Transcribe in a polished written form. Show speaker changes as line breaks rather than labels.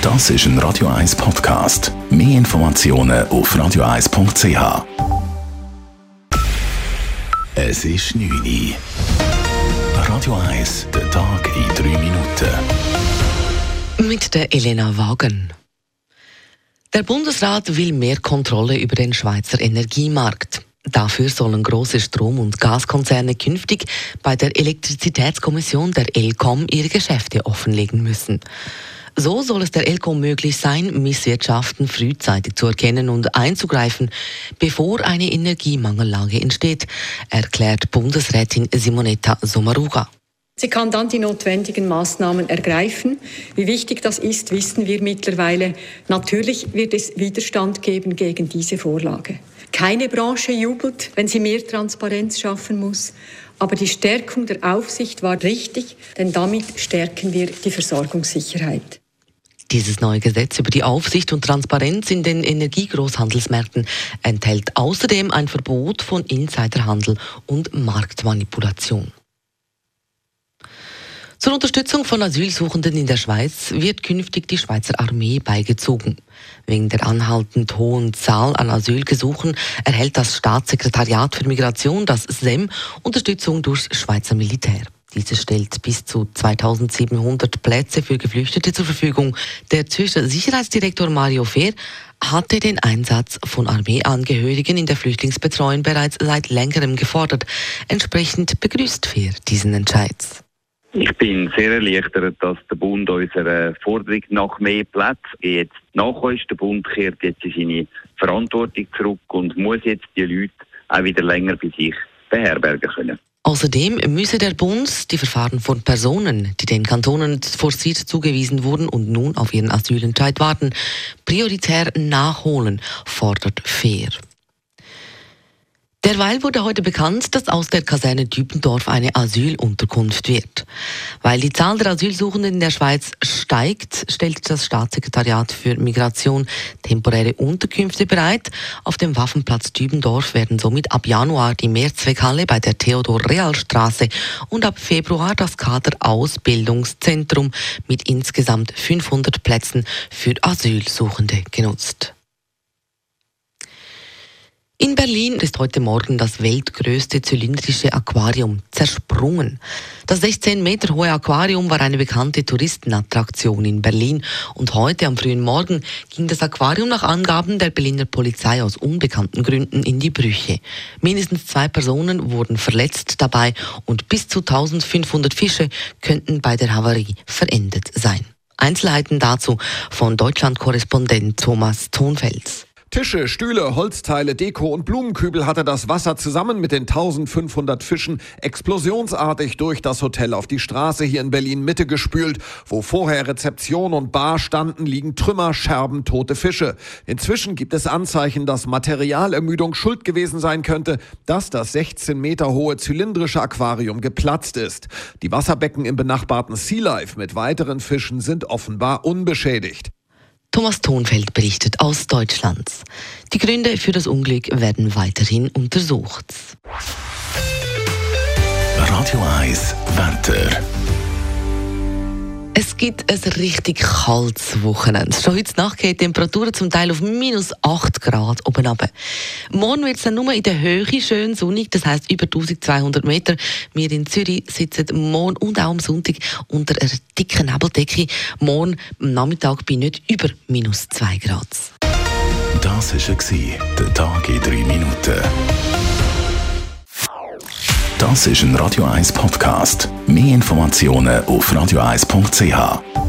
Das ist ein Radio 1 Podcast. Mehr Informationen auf radio1.ch. Es ist 9 Uhr. Radio 1, der Tag in 3 Minuten.
Mit der Elena Wagen. Der Bundesrat will mehr Kontrolle über den Schweizer Energiemarkt. Dafür sollen grosse Strom- und Gaskonzerne künftig bei der Elektrizitätskommission der ElCom ihre Geschäfte offenlegen müssen. So soll es der ElCom möglich sein, Misswirtschaften frühzeitig zu erkennen und einzugreifen, bevor eine Energiemangellage entsteht, erklärt Bundesrätin Simonetta Sommaruga.
Sie kann dann die notwendigen Maßnahmen ergreifen. Wie wichtig das ist, wissen wir mittlerweile. Natürlich wird es Widerstand geben gegen diese Vorlage. Keine Branche jubelt, wenn sie mehr Transparenz schaffen muss. Aber die Stärkung der Aufsicht war richtig, denn damit stärken wir die Versorgungssicherheit.
Dieses neue Gesetz über die Aufsicht und Transparenz in den Energiegroßhandelsmärkten enthält außerdem ein Verbot von Insiderhandel und Marktmanipulation. Zur Unterstützung von Asylsuchenden in der Schweiz wird künftig die Schweizer Armee beigezogen. Wegen der anhaltend hohen Zahl an Asylgesuchen erhält das Staatssekretariat für Migration, das SEM, Unterstützung durch Schweizer Militär. Dieses stellt bis zu 2700 Plätze für Geflüchtete zur Verfügung. Der Zürcher Sicherheitsdirektor Mario Fehr hatte den Einsatz von Armeeangehörigen in der Flüchtlingsbetreuung bereits seit längerem gefordert. Entsprechend begrüßt Fehr diesen Entscheid.
Ich bin sehr erleichtert, dass der Bund unserer Forderung nach mehr Plätzen jetzt nachkommt. Der Bund kehrt jetzt in seine Verantwortung zurück und muss jetzt die Leute auch wieder länger bei sich beherbergen können.
Außerdem müsse der Bund die Verfahren von Personen, die den Kantonen forciert zugewiesen wurden und nun auf ihren Asylentscheid warten, prioritär nachholen, fordert Fehr. Derweil wurde heute bekannt, dass aus der Kaserne Dübendorf eine Asylunterkunft wird. Weil die Zahl der Asylsuchenden in der Schweiz steigt, stellt das Staatssekretariat für Migration temporäre Unterkünfte bereit. Auf dem Waffenplatz Dübendorf werden somit ab Januar die Mehrzweckhalle bei der Theodor-Real-Straße und ab Februar das Kaderausbildungszentrum mit insgesamt 500 Plätzen für Asylsuchende genutzt. In Berlin ist heute Morgen das weltgrößte zylindrische Aquarium zersprungen. Das 16 Meter hohe Aquarium war eine bekannte Touristenattraktion in Berlin und heute am frühen Morgen ging das Aquarium nach Angaben der Berliner Polizei aus unbekannten Gründen in die Brüche. Mindestens 2 Personen wurden verletzt dabei und bis zu 1500 Fische könnten bei der Havarie verendet sein. Einzelheiten dazu von Deutschland-Korrespondent Thomas Thonfels.
Tische, Stühle, Holzteile, Deko und Blumenkübel hatte das Wasser zusammen mit den 1500 Fischen explosionsartig durch das Hotel auf die Straße hier in Berlin-Mitte gespült. Wo vorher Rezeption und Bar standen, liegen Trümmer, Scherben, tote Fische. Inzwischen gibt es Anzeichen, dass Materialermüdung schuld gewesen sein könnte, dass das 16 Meter hohe zylindrische Aquarium geplatzt ist. Die Wasserbecken im benachbarten Sea Life mit weiteren Fischen sind offenbar unbeschädigt.
Thomas Thonfeld berichtet aus Deutschland. Die Gründe für das Unglück werden weiterhin untersucht.
Radio 1 Wetter.
Es gibt ein richtig kaltes Wochenende. Schon heute Nacht geht die Temperatur zum Teil auf minus 8 Grad oben runter. Morgen wird es dann nur in der Höhe schön sonnig, das heisst über 1200 Meter. Wir in Zürich sitzen morgen und auch am Sonntag unter einer dicken Nebeldecke. Morgen am Nachmittag bei nicht über minus 2 Grad.
Das war der Tag in 3 Minuten. Das ist ein Radio 1 Podcast. Mehr Informationen auf radio1.ch.